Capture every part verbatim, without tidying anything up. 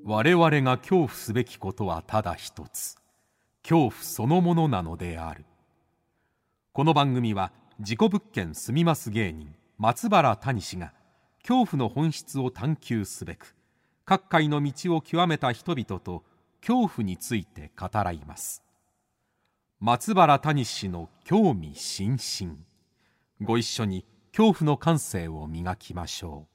我々が恐怖すべきことはただ一つ、恐怖そのものなのである。この番組は事故物件住みます芸人松原谷氏が恐怖の本質を探求すべく各界の道を極めた人々と恐怖について語らいます。松原谷氏の興味津々、ご一緒に恐怖の感性を磨きましょう。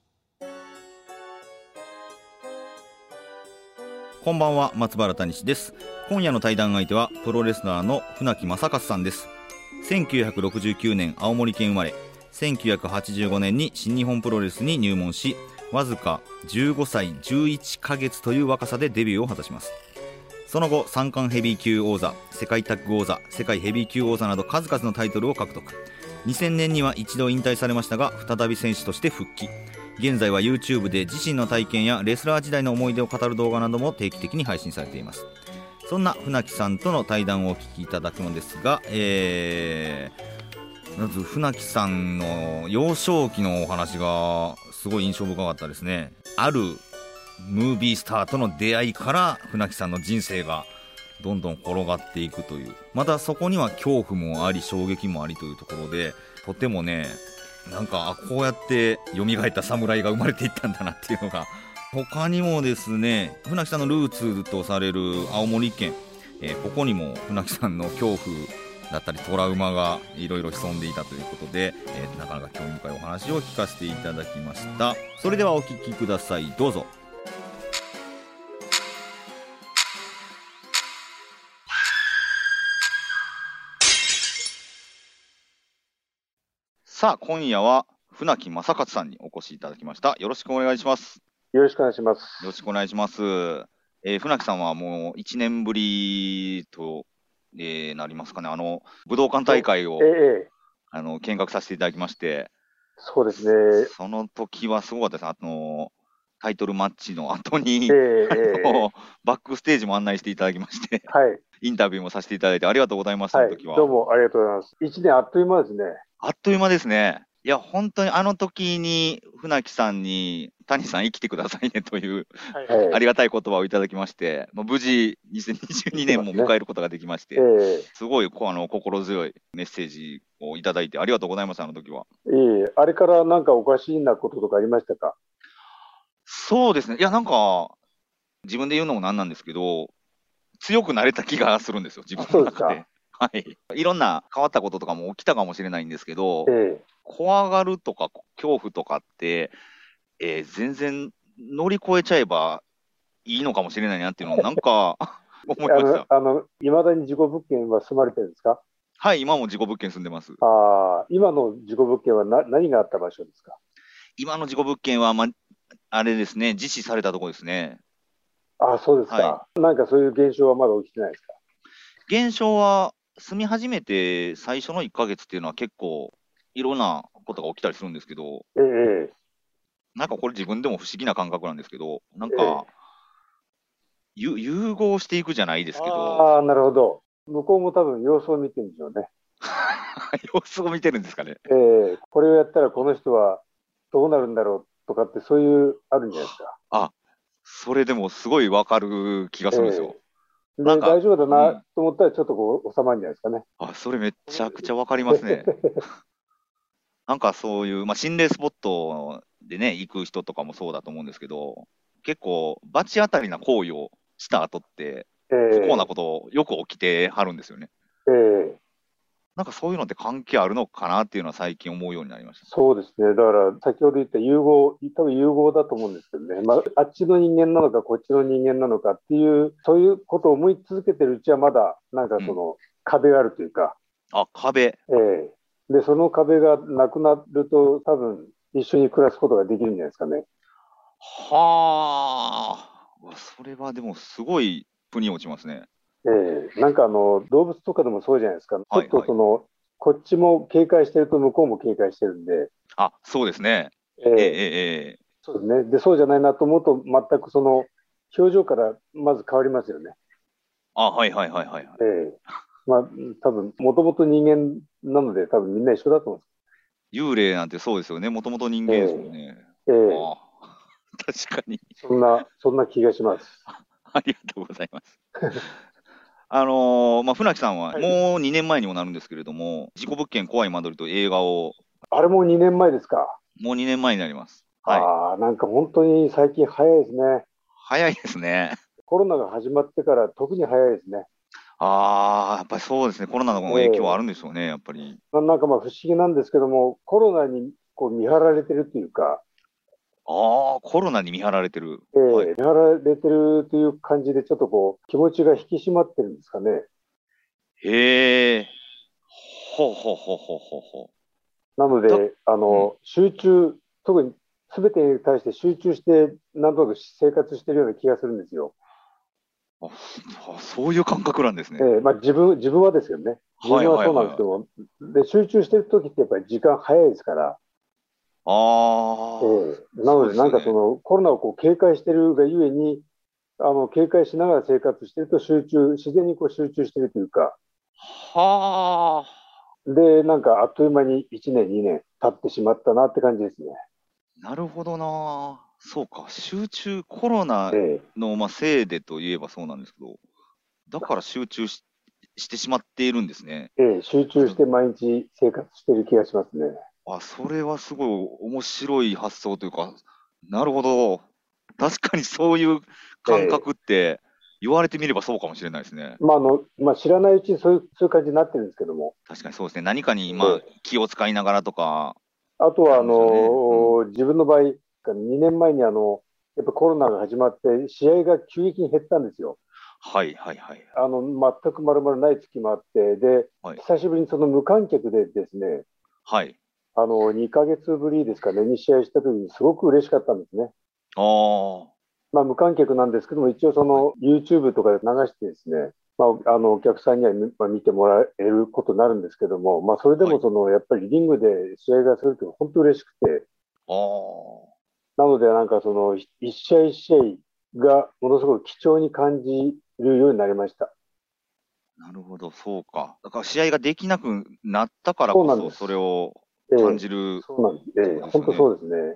こんばんは、松原谷氏です。今夜の対談相手はプロレスラーの船木正勝さんです。せんきゅうひゃくろくじゅうきゅうねん青森県生まれ、せんきゅうひゃくはちじゅうごねんに新日本プロレスに入門し、わずかじゅうごさいじゅういっかげつという若さでデビューを果たします。その後、三冠ヘビー級王座、世界タッグ王座、世界ヘビー級王座など数々のタイトルを獲得。にせんねんには一度引退されましたが、再び選手として復帰。現在は YouTube で自身の体験やレスラー時代の思い出を語る動画なども定期的に配信されています。そんな船木さんとの対談をお聞きいただくのですが、えー、まず船木さんの幼少期のお話がすごい印象深かったですね。あるムービースターとの出会いから船木さんの人生がどんどん転がっていくという、またそこには恐怖もあり衝撃もありというところで、とてもね、なんかこうやって蘇った侍が生まれていったんだなっていうのが。他にもですね、船木さんのルーツとされる青森県、えー、ここにも船木さんの恐怖だったりトラウマがいろいろ潜んでいたということで、えー、なかなか興味深いお話を聞かせていただきました。それではお聞きください、どうぞ。さあ、今夜は船木正勝さんにお越しいただきました。よろしくお願いします。 よろしくお願いします。 よろしくお願いします。えー、船木さんはもういちねんぶりと、えー、なりますかね。あの武道館大会を、ええ、あの見学させていただきまして。 そうですね。 その時はすごかったです。あのタイトルマッチの後に、 ええ、 バックステージも案内していただきまして、 はい、 インタビューもさせていただいてありがとうございます。 はい、 その時はどうもありがとうございます。いちねんあっという間ですね。 あっという間ですね。いや、本当にあの時に船木さんに谷さん生きてくださいねという、はい、ありがたい言葉をいただきまして、まあ、無事にせんにじゅうにねんも迎えることができまして、ね、えー、すごいあの心強いメッセージをいただいてありがとうございます。あの時は。 えー、あれからなんかおかしいなこととかありましたか？ そうですね。いや、なんか自分で言うのもなんなんですけど、強くなれた気がするんですよ、自分の中で。はい、いろんな変わったこととかも起きたかもしれないんですけど、えー、怖がるとか恐怖とかって、えー、全然乗り越えちゃえばいいのかもしれないなっていうのをなんか思いました。 あの、いまだに事故物件は住まれてるんですか？ はい、今も事故物件住んでます。 ああ、今の事故物件はな何があった場所ですか？ 今の事故物件は、ま、あれですね、実施されたところですね。 ああ、そうですか、はい。なんかそういう現象はまだ起きてないですか？ 現象は住み始めて最初のいっかげつっていうのは結構いろんなことが起きたりするんですけど、ええ、なんかこれ自分でも不思議な感覚なんですけど、なんか、ええ、融合していくじゃないですけど。 ああ、なるほど。向こうも多分様子を見てるんでしょうね。 様子を見てるんですかね。 ええ、これをやったらこの人はどうなるんだろうとかってそういうあるんじゃないですか。 あ、それでもすごいわかる気がするんですよ。 ええ、なんか大丈夫だなと思ったらちょっとこう収まるんじゃないですかね。 あ、それめちゃくちゃわかりますね。なんかそういう、まあ、心霊スポットでね、行く人とかもそうだと思うんですけど、結構、罰当たりな行為をした後って、不幸なことよく起きてはるんですよね。えー、なんかそういうのって関係あるのかなっていうのは最近思うようになりました。 そうですね。だから先ほど言った融合、多分融合だと思うんですけどね、まあ、あっちの人間なのかこっちの人間なのかっていう、そういうことを思い続けてるうちはまだなんかその壁があるというか。 うん、あ、壁。 えーで、その壁がなくなると、多分一緒に暮らすことができるんじゃないですかね。 はあ、それはでもすごい腑に落ちますね。 ええ、なんかあの動物とかでもそうじゃないですか。はいはい、ちょっとそのこっちも警戒してると向こうも警戒してるんで。 あ、そうですね。ええええ、 そうですね。で、そうじゃないなと思うと全くその表情からまず変わりますよね。 あ、はいはいはいはい、はい。 ええ、まあ多分もともと人間なので多分みんな一緒だと思うんです。 幽霊なんてそうですよね。もともと人間ですもんね。 ええええ、 かに。 そんな、そんな気がします。 ありがとうございます。あのーまあ、船木さんはもうにねんまえにもなるんですけれども、事故物件怖い間取りという映画を、 あれもにねんまえですか。 もうにねんまえになります。はい。 ああ、なんか本当に最近早いですね。 早いですね。 コロナが始まってから特に早いですね。 ああ、やっぱりそうですね。コロナの影響はあるんでしょうね、やっぱり。 ななんかまあ不思議なんですけども、コロナにこう見張られてるというか、 ああ、コロナに見張られてる。 えーはい。 見張られてるという感じで、ちょっとこう気持ちが引き締まってるんですかね。 へえ。ほうほうほうほうほうほなのだで、あうん。 の集中、特に全てに対して集中して、なんとなく生活してるような気がするんですよ。 あ、あそういう感覚なんですね。 えーまあ、自分、自分はですよね。自はい分はそうなんはいはいはい。 ですけども、で、集中してる時ってやっぱり時間早いですから、えああ、 ーなそうので、なんかそですよね。 のコロナをこう警戒してるがゆえに、あの警戒しながら生活してると集中、自然にこう集中してるというか、 はあ。 で、なんかあっという間にいちねん、にねん経ってしまったなって感じですね。 なるほどな。そうか、集中、コロナええの、まあ、せいでといえばそうなんですけど、だから集中し、してしまっているんですね。 ええ集中しそて毎日生活してる気がしますね。 あ、それはすごい面白い発想というか、なるほど。確かにそういう感ええ覚って言われてみればそうかもしれないですね。 まああのまあ、知らないうちにそういう、そういう感じになってるんですけども、 確かにそうですね。何かに、まあ、 ええ気を使いながらとかあとはあなるんでしょうね。うん。 の自分の場合、にねんまえにあのやっぱコロナが始まって、試合が急激に減ったんですよ。 はいはいはい。 あの全くまるまるない月もあって、で、 はい。 久しぶりにその無観客でですね、 はい。 あのにかげつぶりですかね、に試合した時にすごく嬉しかったんですね。 ああ。はまあ、無観客なんですけども、一応そい。 の YouTube とかで流してですね、まあ、あのお客さんにはみまあ見てもらえることになるんですけども、まあ、それではい。 もそのやっぱりリングで試合がするというのは本当嬉しくて、 ああ。 なのでなんかその一試合一試合がものすごく貴重に感じるようになりました。 なるほど、そうか。だから試合ができなくなったからこそ、 そうなんです。 それをええ、 感じるそうなんです。 ってええ、本当ことですよね。 そうですね。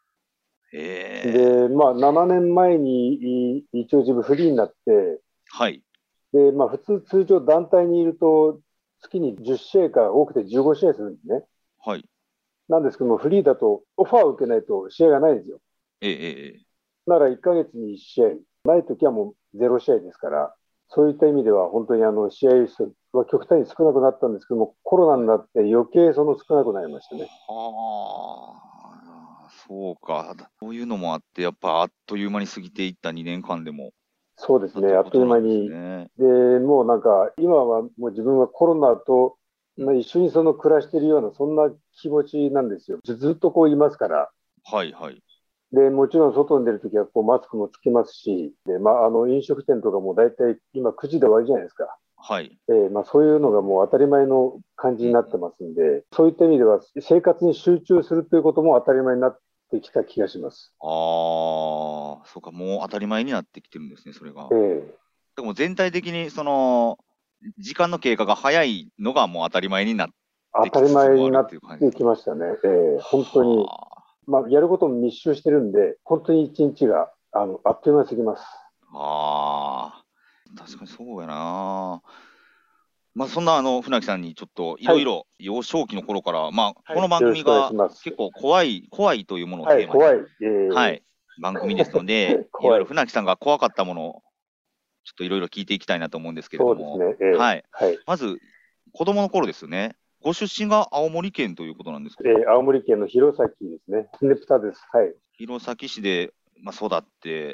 へえ。 で、まあ、ななねんまえにい一応自分フリーになって、 はい。 で、まあ、普通、通常団体にいると、月にじゅう試合か多くてじゅうご試合するんですね。 はい。 なんですけども、フリーだとオファーを受けないと試合がないんですよ。 ええ、ええ、ええならいっかげつにいち試合、ないときはもうゼロ試合ですから、そういった意味では本当にあの試合数は極端に少なくなったんですけども、コロナはい。 になって余計その少なくなりましたね。 はあ、そうか。そういうのもあって、やっぱあっという間に過ぎていったにねんかんでも、 そうですね、 だというあっということなんです間に。 ね。 で、もうなんか、今はもう自分はコロナとうん。 まあ一緒にその暮らしているような、そんな気持ちなんですよ。ずずっとこういますから。 はい、はい。 で、もちろん外に出るときはこうマスクもつけますし、で、まあ、あの飲食店とかも大体今くじで終わりじゃないですか。 はい。 えーまあ、そういうのがもう当たり前の感じうん、うん。 になってますんで、そういった意味では生活に集中するということも当たり前になってきた気がします。 ああ、そうか。もう当たり前になってきてるんですね、それが。 えーでも全体的に、その、時間の経過が早いのがもう当たり前になってき当たりつつもあるっ前になってていう感じですか。 きましたね。えー本当に、 はまあ、やることも密集してるんで、本当に一日があのあっという間に過ぎます。 あ。ああ。確かにそうやな。まあ、そんなあの船木さんにちょっといはい。 ろいろ幼少期の頃から、まあ、 はい。 この番よろしくお願い組がします。 結構怖い、怖いというものをはい。 テーマに、 怖い。えー、 はい、番組ですので、いろい怖い。 ろ船木さんが怖かったものをちょっといろいろ聞いていきたいなと思うんですけれども、 そうですね。えー、 はい。 はい。 まず、子供の頃ですよね。ご出身が青森県ということなんですか？ えー、青森県の弘前ですね。ねぷたです。はい。 弘前市で、まあ、育って、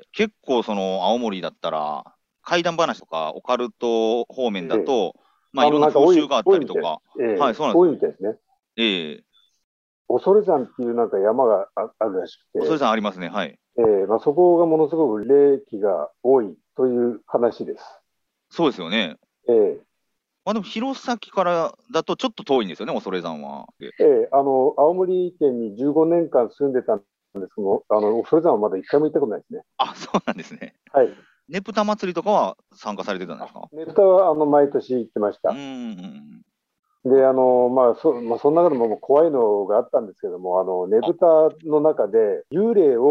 結構その青森だったら、怪談話とかオカルト方面えー、 だと、まあ、 あの、 いろんななんか多い、 風習があっ多いみたいです。 たりとか、 えはい、 ー、 そうなんですよ。 多いみたいですね。 ええ恐山っていうなんか山がああるらしく恐て、 山ありますね。はい。 えーまあ、そこがものすごく霊気が多いという話です。 そうですよね。 えーまあでも、弘前からだとちょっと遠いんですよね、恐山は。でえーあの青森県にじゅうごねんかん住んでたんですけども、あの恐山はまだ一回も行ったことないですね。 あ、そうなんですね。 はい。 ねぷた祭りとかは参加されてたんですあか？ ねぷたはあの毎年行ってましうーた。 ん。 で、 あ、 あの、まあ、そ、まあ、その中でももう怖いのがあったんですけども、あの、ねあ、 ぶたの中で幽霊を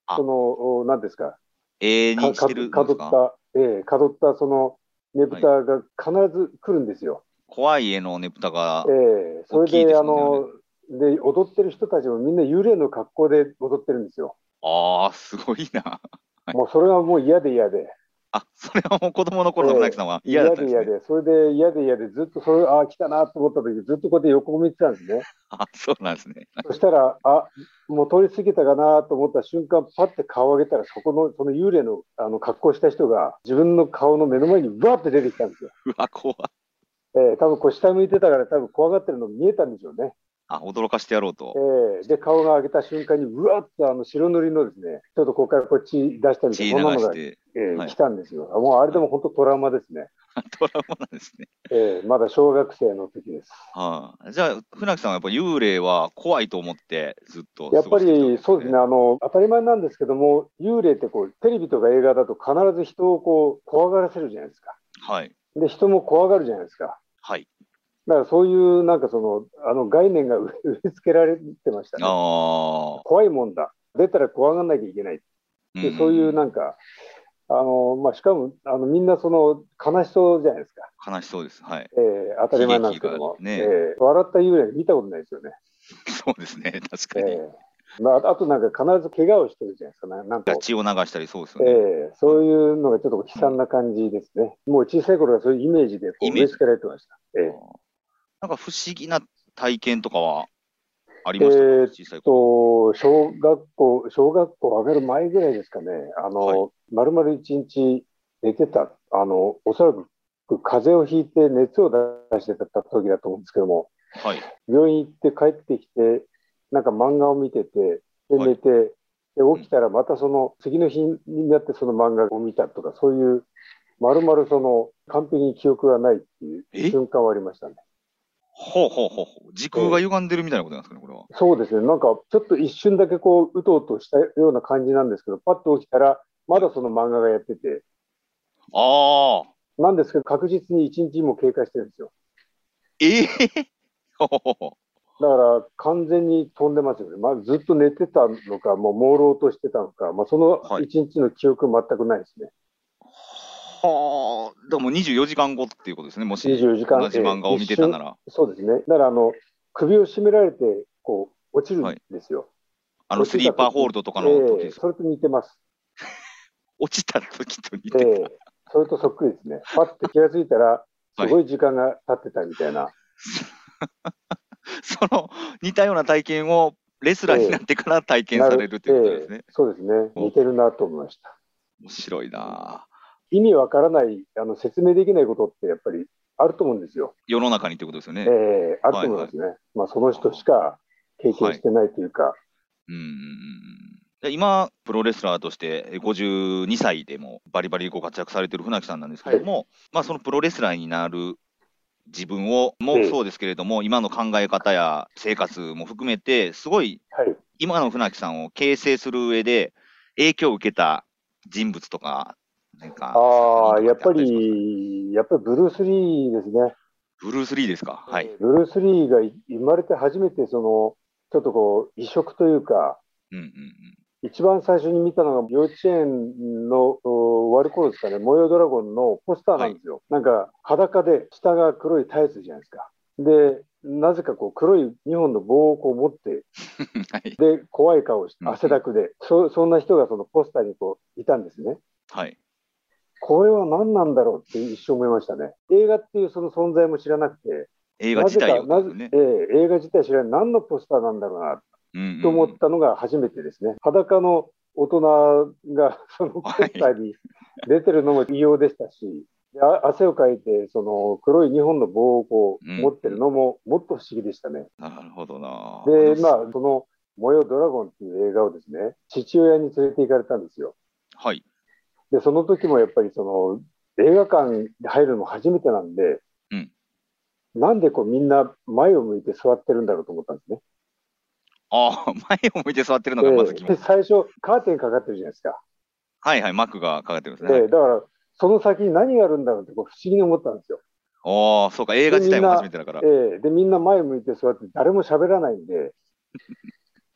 その、なんですか、 永遠かかにしてるんかですか？ どった、ええかどったそのねぶたが必ず来るんですよ。 怖い絵のねぶたがええそ大れで、あきいですもんね、 の、で、踊ってる人たちもみんな幽霊の格好で踊ってるんですよ。 あれ。ああ、すごいな。はい。 もうそれがもう嫌で嫌で。 あ、それはもう子供のえ頃の船木さんはえ嫌だったんですね。 嫌で嫌で、それで嫌で嫌で、ずっとそれ、ああ、来たなと思った時、ずっとこうやって横を見てたんですね。 あ、そうなんですね。 そしたら、あ、もう通り過ぎたかなと思った瞬間、パッて顔を上げたら、そこの、その幽霊の、あの格好した人が、自分の顔の目の前にわーって出てきたんですよ。 うわ、怖い。 えー、多分こう下向いてたから、多分怖がってるの見えたんでしょうね。 あ、驚かしてやろうと。 えー、で、顔が上げた瞬間に、うわーっとあの白塗りのですね、ちょっとここからこっち出したみたい血な、そんなのが、 流して。 えーはい。 来たんですよ。もうあれでも本当トラウマですね。 トラウマなんですね。 えー、まだ小学生の時です。 はあ、じゃあ、船木さんはやっぱ幽霊は怖いと思ってずっとやっぱ過ごしてきたわけですね。 りそうですね、あの当たり前なんですけども、幽霊ってこうテレビとか映画だと必ず人をこう怖がらせるじゃないですか。 はい。 で、人も怖がるじゃないですか。 はい。 だからそういうなんかそのあの概念が植え付けられてましたね。 ああ。 怖いもんだ。出たら怖がらなきゃいけないっうんて、そういうなんか、あのまあ、しかもあのみんなその悲しそうじゃないですか。 悲しそうです。はい。 えー、当たり前なんですけど悲劇も、 がね。 えー、笑った幽霊見たことないですよね。 そうですね。確かに。 えーまあ、あとなんか必ず怪我をしてるじゃないですか、ね、なんと。 血を流したりそうですよね。 ええそういうのがちょっと悲惨な感じですね。もう小さい頃はそういうイメージでこイメージ。 う植え付けられてました。ええなんか不思議な体験とかはありえましたか、 ーっ小さい頃。 と、小学校、小学校上がる前ぐらいですかね、あはい。 の、まるまる一日寝てた、あの、おそらく風邪をひいて熱を出してた時だと思うんですけども、 はい。 病院行って帰ってきて、なんか漫画を見てて、で、 はい。 寝て、で、起きたらまたその次の日になってその漫画を見たとか、そういう、まるまるその完璧に記憶がないっていうえ瞬間はありましたね。 ほうほうほうほう。時空が歪んでるみたいなことなんですかね、これは。 そうですね。なんか、ちょっと一瞬だけこう、うとうとしたような感じなんですけど、パッと起きたら、まだその漫画がやってて、 ああ。 なんですけど、確実に一日も経過してるんですよ。 ええほほほほ。 だから、完全に飛んでますよね。まあ、ずっと寝てたのか、もう朦朧としてたのか、まあ、そのはい。 一日の記憶全くないですね。 はあ。でもにじゅうよじかんごっていうことですね。も 24 し時間、 同じえ漫画を見てたー一瞬、 なら。 そうですね。だから、あの、首を絞められて、こう、落ちるんはい。 ですよ。 あの落スリーパーホーちた時、 ルドとかえの時ですか。 ーそれと似てます。 落ちた時と似えてた。 えそれとそっくりですね。パッて気がついたら、すはい。 ごい時間が経ってたみたいな。 その似たような体験をレスラーになえってから体えなる、 験されるとえいうことですね。 えそうですね。 お、 似てるなと思いました。 面白いなあ。 意味わからない、あの、説明できないことってやっぱりあると思うんですよ。 世の中にということですよえね。 えあるはいはい。 と思いますね。まあ、その人しか経験はい。 してないというか、 うんうんうんうん。で今、プロレスラーとしてごじゅうにさいでもバリバリご活躍されてる船木さんなんですけはい。 ども、まあ、そのプロレスラーになる自分をええもそうですけれども、今の考え方や生活も含めて、すごいはい。 今の船木さんを形成する上で影響を受けた人物とか、なんか作品ああ、 とかってあやっぱったりしますか？ り、やっぱりブルース・リーですね。 ブルース・リーですか？はい。 ええブルース・リーがい生まれて初めて、その、ちょっとこう、異色というか、 うんうんうん。 一番最初に見たのが幼稚園のお終わる頃ですかね、模様ドラゴンのポスターはい。 なんですよ。なんか裸で下が黒いタイツじゃないですか。で、なぜかこう黒いにほんの棒をこう持って、 はい。 で、怖い顔して、 うんうん。 汗だくで、そそんな人がそのポスターにこういたんですね。 はい。 これは何なんだろうって一瞬思いましたね。映画っていうその存在も知らなくて、 映画なぜか、 自体をってこなぜ、 とですよね。 えー映画自体知らない、何のポスターなんだろうなうんうんうと思っん。 たのが初めてですね。裸の大人がそのポはい。 スターに出てるのも異様でしたし、であ汗をかいて、その黒いにほんの棒をこうん、 う持ってるのももっと不思議でしたね。 なるほどな。でで、 もす、 まあ、その、模様ドラゴンっていう映画をですね、父親に連れて行かれたんですよ。 はい。 で、その時もやっぱりその、映画館に入るのも初めてなんで、 うん。 なんでこうみんな前を向いて座ってるんだろうと思ったんですね。 ああ、前を向いて座ってるのがまずええで、 疑問。 最初、カーテンかかってるじゃないですか。 はいはい、幕がかかってるんですね。はい。 ええだから、その先に何があるんだろうってこう不思議に思ったんですよ。 ああ、そうか、映画で、 自体も初みんな、 めてだから。 ええで、みんな前向いて座って誰も喋らないんで、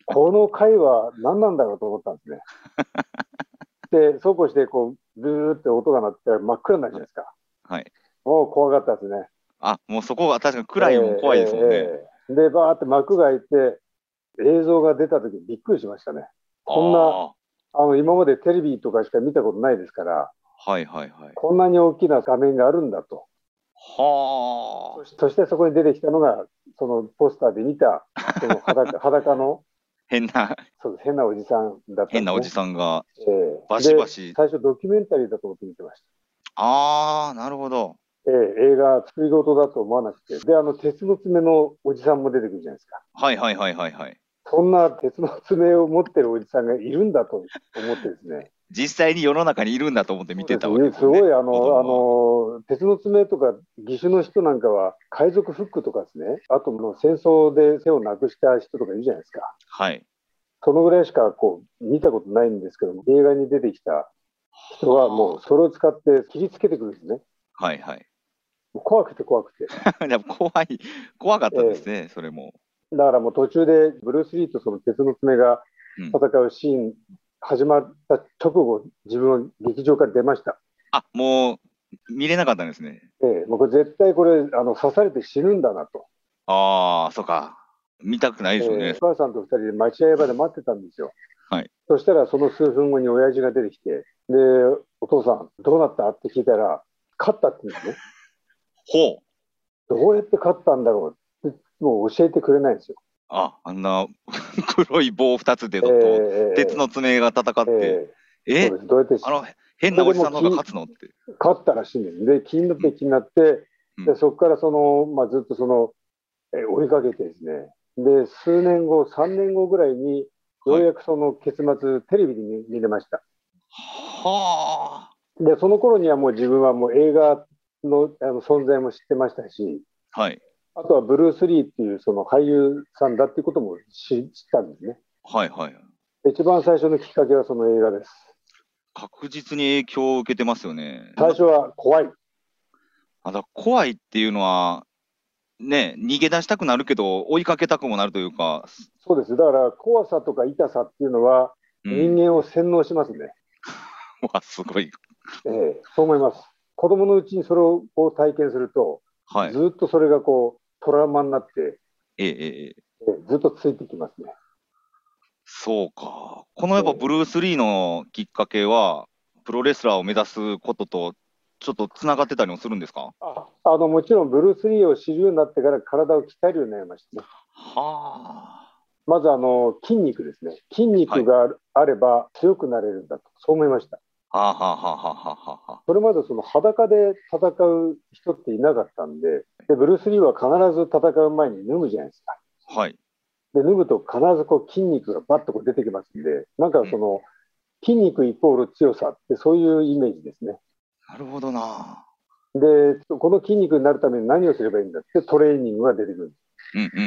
この回は何なんだろうと思ったんですね。で、そうこうしてこう、ブーって音が鳴って真っ暗になるじゃないですか。 はい。 もう怖かったですね。 あ、もうそこが確かに暗いもん怖いですもんね。 えーえーで、バーって幕が開いて、映像が出た時びっくりしましたね。こんな、あの、今までテレビとかしか見たことないですから、 はいはいはい。 こんなに大きな画面があるんだと。 はあ。 そしてそこに出てきたのが、そのポスターで見た、その裸裸の変な、 そうです変なおじさんだったんですね。 変なおじさんが、 えーバシバシ。 最初ドキュメンタリーだと思って見てました。 ああ、なるほど。 えー映画作り事だと思わなくて。で、あの、鉄の爪のおじさんも出てくるじゃないですか。 はいはいはいはいはい。 そんな鉄の爪を持ってるおじさんがいるんだと思ってですね。 実際に世の中にいるんだと思って見てたわけですね。 すごい、あの、あの、鉄の爪とか、義手の人なんかは、海賊フックとかですね、あともう戦争で手をなくした人とかいるじゃないですか。 はい。 そのぐらいしかこう見たことないんですけども、映画に出てきた人はもうそれを使って切りつけてくるんですね。 はいはい。 怖くて怖くて。 でも怖い、怖かったですね、えー、それも。 だからもう途中でブルース・リーとその鉄の爪が戦うシーン始まった直後、自分は劇場から出ました。 あ、もう見れなかったんですね。 ええ、もうこれ絶対これあの刺されて死ぬんだなと。 ああ、そうか。見たくないですよね。えー、 お母さんとふたりで待合場で待ってたんですよ。 はい。 そしたらその数分後に親父が出てきて、で、お父さんどうなったって聞いたら、勝ったって言うんですね。 ほう。 どうやって勝ったんだろうってもう教えてくれないんですよ。 あ、あんな黒い棒ふたつでと、えー、鉄の爪が戦って、えー、えそうですどうやってあの変なおじさんの方が勝つのって。 勝ったらしいんです。で、気になって気になって、うん、でそこからその、まあ、ずっとその、えー、追いかけてですね、で、数年後、さんねんごぐらいに、ようやくその結末、はい、テレビで見れました。 はあ。 で、その頃にはもう自分はもう映画のあの存在も知ってましたし、 はい。 あとはブルース・リーっていうその俳優さんだっていうことも知ったんですね。 はいはい。 一番最初のきっかけはその映画です。 確実に影響を受けてますよね。 最初は怖い。 あだ怖いっていうのは、ね、逃げ出したくなるけど、追いかけたくもなるというか。 そうです。だから怖さとか痛さっていうのは、人間を洗脳しますね。 うん、わ、すごい。 ええ、そう思います。子供のうちにそれを体験すると、はい、ずっとそれがこうトラウマになって、 ええええずっとついてきますね。 そうか。このやっぱブルース・リーのきっかけは、プロレスラーを目指すこととちょっとつながってたりもするんですか？ ああのもちろんブルース・リーを知るようになってから体を鍛えるようになりましたね。 はあ。 まずあの筋肉ですね。筋肉があれば強くなれるんだと、はい、そう思いました。 はあはあはあはあはあ。 それまでその裸で戦う人っていなかったんで、でブルース・リーは必ず戦う前に脱ぐじゃないですか。 はい。 で脱ぐと必ずこう筋肉がバッとこう出てきますんで、なんかその、うん、筋肉イコール強さってそういうイメージですね。 なるほどな。 で、この筋肉になるために何をすればいいんだってトレーニングが出てくる。 うんうんうんうん。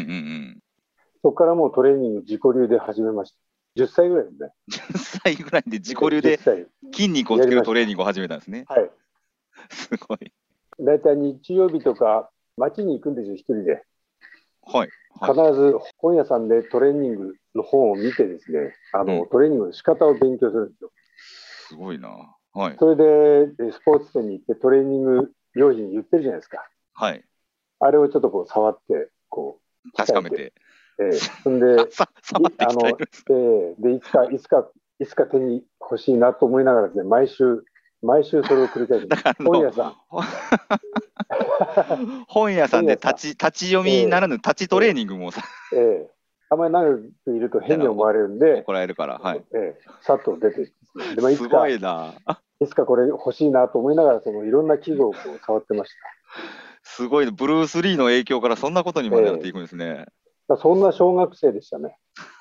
そこからもうトレーニング自己流で始めました。じゅっさいぐらいですね。 じゅっさいぐらいで自己流で筋肉をつけるトレーニングを始めたんですね。 はい。 すごい。 だいたい日曜日とか街に行くんですよ、一人で。 はい。 はい、必ず本屋さんでトレーニングの本を見てですね、あの、うん、トレーニングの仕方を勉強するんですよ。 すごいな。はい。 それでスポーツ店に行ってトレーニング用品言ってるじゃないですか。 はい。 あれをちょっとこう触って、こう、 確かめて。 ええ、そんで、あの、ええ、で、いつか、いつか、いつか手に欲しいなと思いながらですね、毎週、毎週それを繰り返す。本屋さん。 本屋さんで立ち、立ち読みならぬ立ちトレーニングもさ。 ええええ、あんまり長くいると変に思われるんで、 怒られるから、はい。 ええ、さっと出てですね。でもいつか、 すごいな。 いつかこれ欲しいなと思いながら、そのいろんな器具をこう触ってました。 すごい、ブルース・リーの影響からそんなことにまでなっていくんですね。 ええ、そんな小学生でしたね。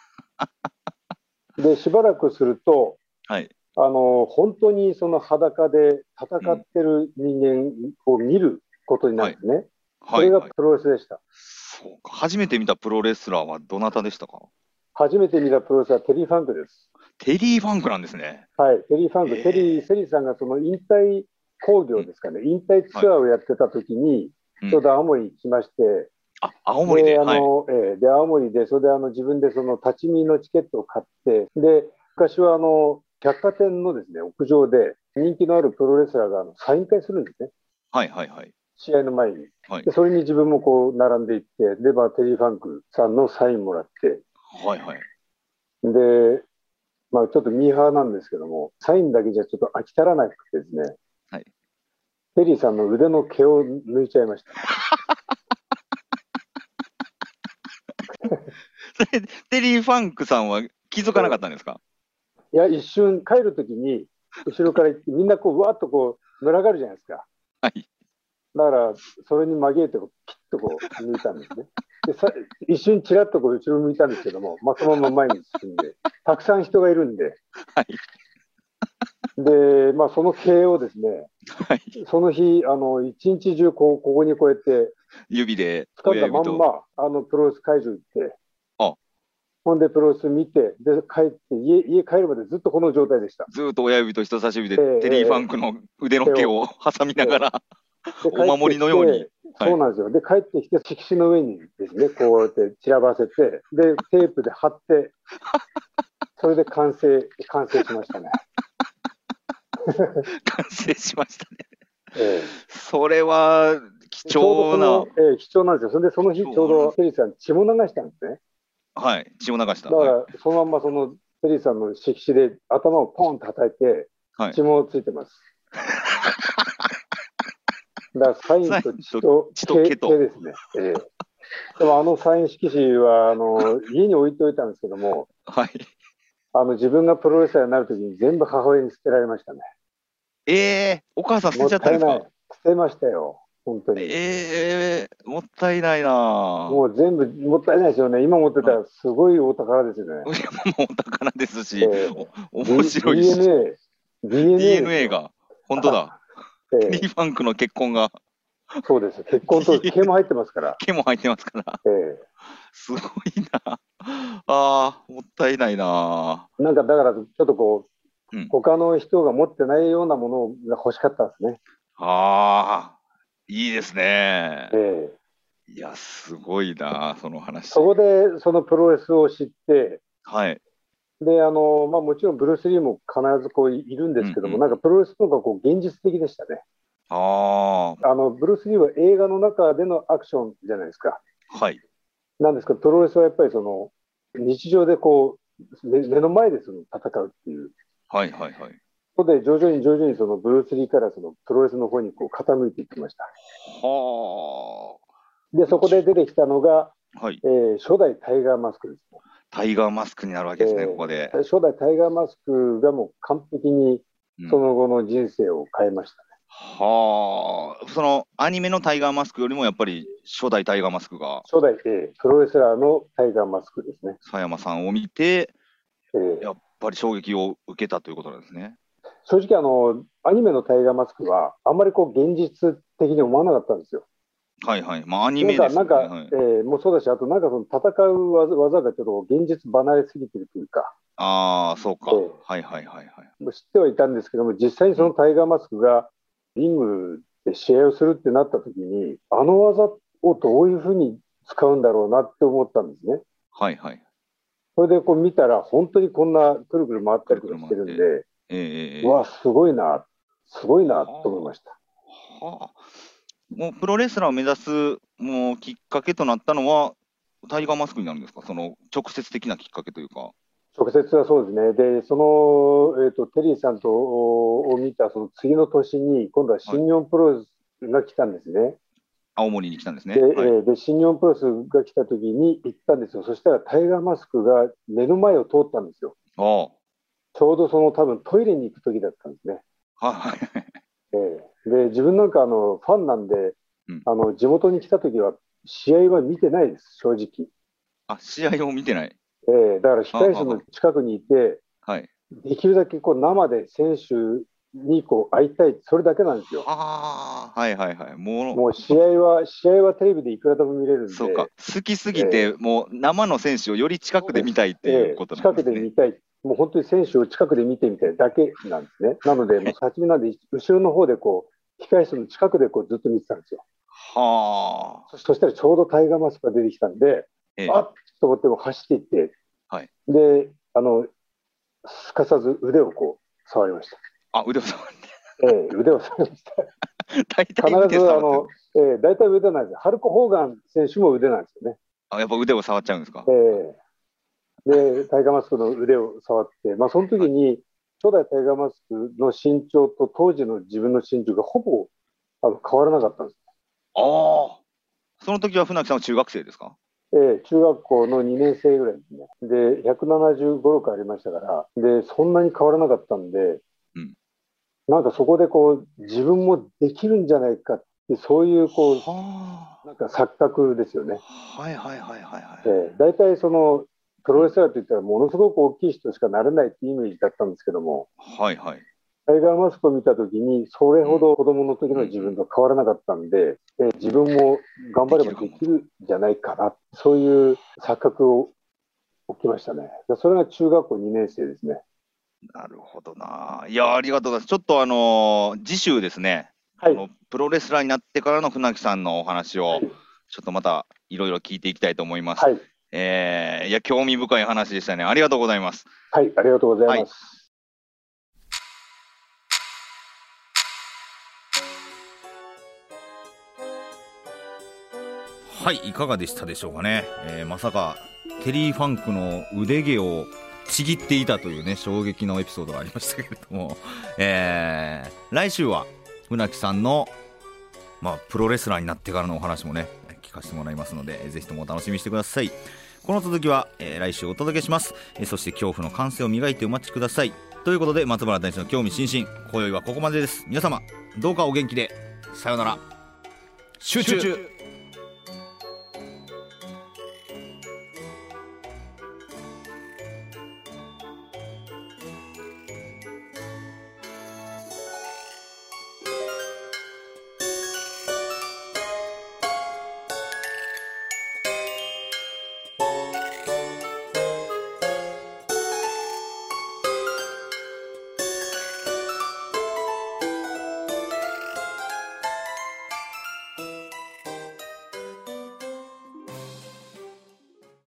で、しばらくすると、 はい、 あの本当にその裸で戦ってる人間を見ることになるんですね。それがプロレスでした。 そうか。初めて見たプロレスラーはどなたでしたか？ 初めて見たプロレスはテリー・ファンクです。 テリー・ファンクなんですね。 はい、テリー・ファンク。テリー、セリーさんがその引退興行ですかね、引退ツアーをやってた時に、ちょうど青森に来まして、 あ、青森で。 で、あはい。 の、ええで、青森で、それであの自分でその立ち見のチケットを買って、で、昔はあの、百貨店のですね、屋上で人気のあるプロレスラーがあのサイン会するんですね。 はいはいはい。 試合の前に。 はい。 で、それに自分もこう並んでいって、で、まあ、テリー・ファンクさんのサインもらって、 はいはい。 で、まあ、ちょっとミーハーなんですけども、サインだけじゃちょっと飽き足らなくてですね、 はい。 テリーさんの腕の毛を抜いちゃいました。 それ、テリー・ファンクさんは気づかなかったんですか？ いや、一瞬帰るときに、後ろから行って、みんなこう、わーっとこう、群がるじゃないですか。 はい。 だから、それに紛れてこう、ピッとこう、抜いたんですね。でさ一瞬ちらっとこう後ろ向いたんですけども、まあ、そのまま前に進んで、たくさん人がいるんで、 はい。 で、まあ、その毛をですね、 はい。 その日、あの、一日中こう、ここにこうやって、 指で、 掴んだ親指と。 まんま、あの、プロレス会場行って、 あ、 ほんでプロレス見て、で、帰って、家、家帰るまでずっとこの状態でした。 ずーっと親指と人差し指でええテリー・ファンクの腕の毛を挟みながら、 で、 お守りのように。はいそうなんですよ。で、帰ってきて、色紙の上にですね、こうやって散らばせて、で、テープで貼って、それで完成、完成しましたね。 完成しましたね。 ええそれは貴ちょうど重な。 その、ええ貴重なんですよ。それで、その日、ち貴重なょうどテリーさん、血も流したんですね。 はい。血を流した。 だかはい。 ら、そのまんまそのテリーさんの色紙で頭をポンと叩いて、 はい血もついてます。だからサインと血と血と毛と毛ですね。ええでもあのサイン色紙はあの家に置いておいたんですけども、 はい。 あの自分がプロレスラーになるときに全部母親に捨てられましたね。 ええお母さん捨もてちゃったんですか？ ったいない。捨てましたよ。本当に。 ええもったいないなもう全部もったいないですよね。今持ってたらすごいお宝ですよね。 もうお宝ですし、 えお面白いし、 ディーエヌエー、ディーエヌエー ですディーエヌエーよ。 が、本当だ。 えテリー・ファンクの結婚が、 えそうです。結婚と毛も入ってますから。 毛も入ってますから、 えすごいな。ああ、もったいないな。 えなんかだからちょっとこう、 うん他の人が持ってないようなものが欲しかったんですね。 ああ、いいですね。 ええいや、すごいな、その話。 そこでそのプロレスを知って、 はい。 で、あの、まあもちろんブルース・リーも必ずこういるんですけども、 うんうんなんかプロレスの方がこう現実的でしたね。 ああの、ブルース・リーは映画の中でのアクションじゃないですか。 あ、はい。 なんですけど、プロレスはやっぱりその、日常でこう、目目の前でその戦うっていう。 はいはいはい。 ことで、徐々に徐々にそのブルース・リーからそのプロレスの方にこう傾いていってました。 はで、そこで出てきたのが、 あ。はい。 えー初代タイガーマスクですね。 タイガーマスクになるわけですね、 えーここで。 初代タイガーマスクがもう完璧にうんその後の人生を変えましたね。 はあ。そのアニメのタイガーマスクよりもやっぱり初代タイガーマスクが初代、えープロレスラーのタイガーマスクですね。 佐山さんを見て、 えーやっぱり衝撃を受けたということなんですね。 正直あの、アニメのタイガーマスクはあんまりこう現実的に思わなかったんですよ。 はいはい。まあアニなんか、 メですよね。 なんか、 はい、 えーもうそうだし、あとなんかその戦う技技がちょっと現実離れすぎてるというか、 ああ、そうか。 ええはいはいはいはい。 もう知ってはいたんですけども、実際にそのタイガーマスクがリングで試合をするってなった時に、あの技をどういうふうに使うんだろうなって思ったんですね。 はいはい。 それでこう見たら、本当にこんなくるくる回ったりとかしてるんくるで、 ええええうわ、すごいな、すごいなと思いました。 はあ。もうプロレスラーを目指すもうきっかけとなったのはタイガーマスクになるんですか？その直接的なきっかけというか。 直接はそうですね。で、その、えーと、テリーさんとを見たその次の年に、今度は新日本プロレスが来たんですね。 青森に来たんですね。 で、 はい、 えーで新日本プロレスが来た時に行ったんですよ。そしたらタイガーマスクが目の前を通ったんですよ。 あちょうどその多分トイレに行く時だったんですね。 あ。はいはい。 えーで、自分なんかあのファンなんで、 うんあの地元に来た時は試合は見てないです、正直。 あ、試合を見てない。 えーだから控室の近くにいて、 はい。 できるだけこう生で選手にこう会いたい、それだけなんですよ。 ああ、はいはいはい。もう、 もう試合は、試合はテレビでいくらでも見れるんで、 そうか。好きすぎて、もう生の選手をより近くで見たいっていうことなんですね。 近くで見たい。もう本当に選手を近くで見てみたいだけなんですね。なので、もう立ち見なんで、後ろの方でこう、控室の近くでこうずっと見てたんですよ。 はあ。 そしたらちょうどタイガーマスクが出てきたんで、 ええ、 あっと思っても走っていって、 はい、 で、あの、すかさず腕をこう触りました。 あ、腕を触って。 ええ、腕を触りました。 大体必ずあの、ええ、大体腕なんですよ。ハルク・ホーガン選手も腕なんですよね。 あ、やっぱ腕を触っちゃうんですか。 ええ、で、タイガーマスクの腕を触って、まあ、その時に、初代タイガーマスクの身長と当時の自分の身長がほぼあの変わらなかったんです。 ああ。その時は船木さんは中学生ですか。 ええ、中学校のにねん生ぐらいですね。で、ひゃくななじゅうご、ろくありましたから、で、そんなに変わらなかったんで、 うん、なんかそこでこう、自分もできるんじゃないかって、そういうこう、 はなんか錯覚ですよね。 はいはいはいはいはい。 ええ、大体その、プロレスラーといったらものすごく大きい人しかなれないってイメージだったんですけども、 はいはい。 タイガーマスクを見たときに、それほど子供の時の自分と変わらなかったんで、え自分も頑張ればできるんじゃないかな、そういう錯覚を起きましたね。それが中学校にねん生ですね。 なるほどな。いや、ありがとうございます。ちょっとあのー、次週ですね、はい、このプロレスラーになってからの船木さんのお話を、はい、ちょっとまたいろいろ聞いていきたいと思います。はい、えー、いや、興味深い話でしたね。ありがとうございます。 はい、ありがとうございます。はいはい、いかがでしたでしょうかね。えー、まさかテリー・ファンクの腕毛をちぎっていたというね、衝撃のエピソードがありましたけれども、えー、来週は船木さんの、まあ、プロレスラーになってからのお話もね聞かせてもらいますので、ぜひともお楽しみにしてください。この続きは、えー、来週お届けします。えー、そして恐怖の感性を磨いてお待ちください。ということで、松原大使の興味津々、今宵はここまでです。皆様どうかお元気で。さようなら。集中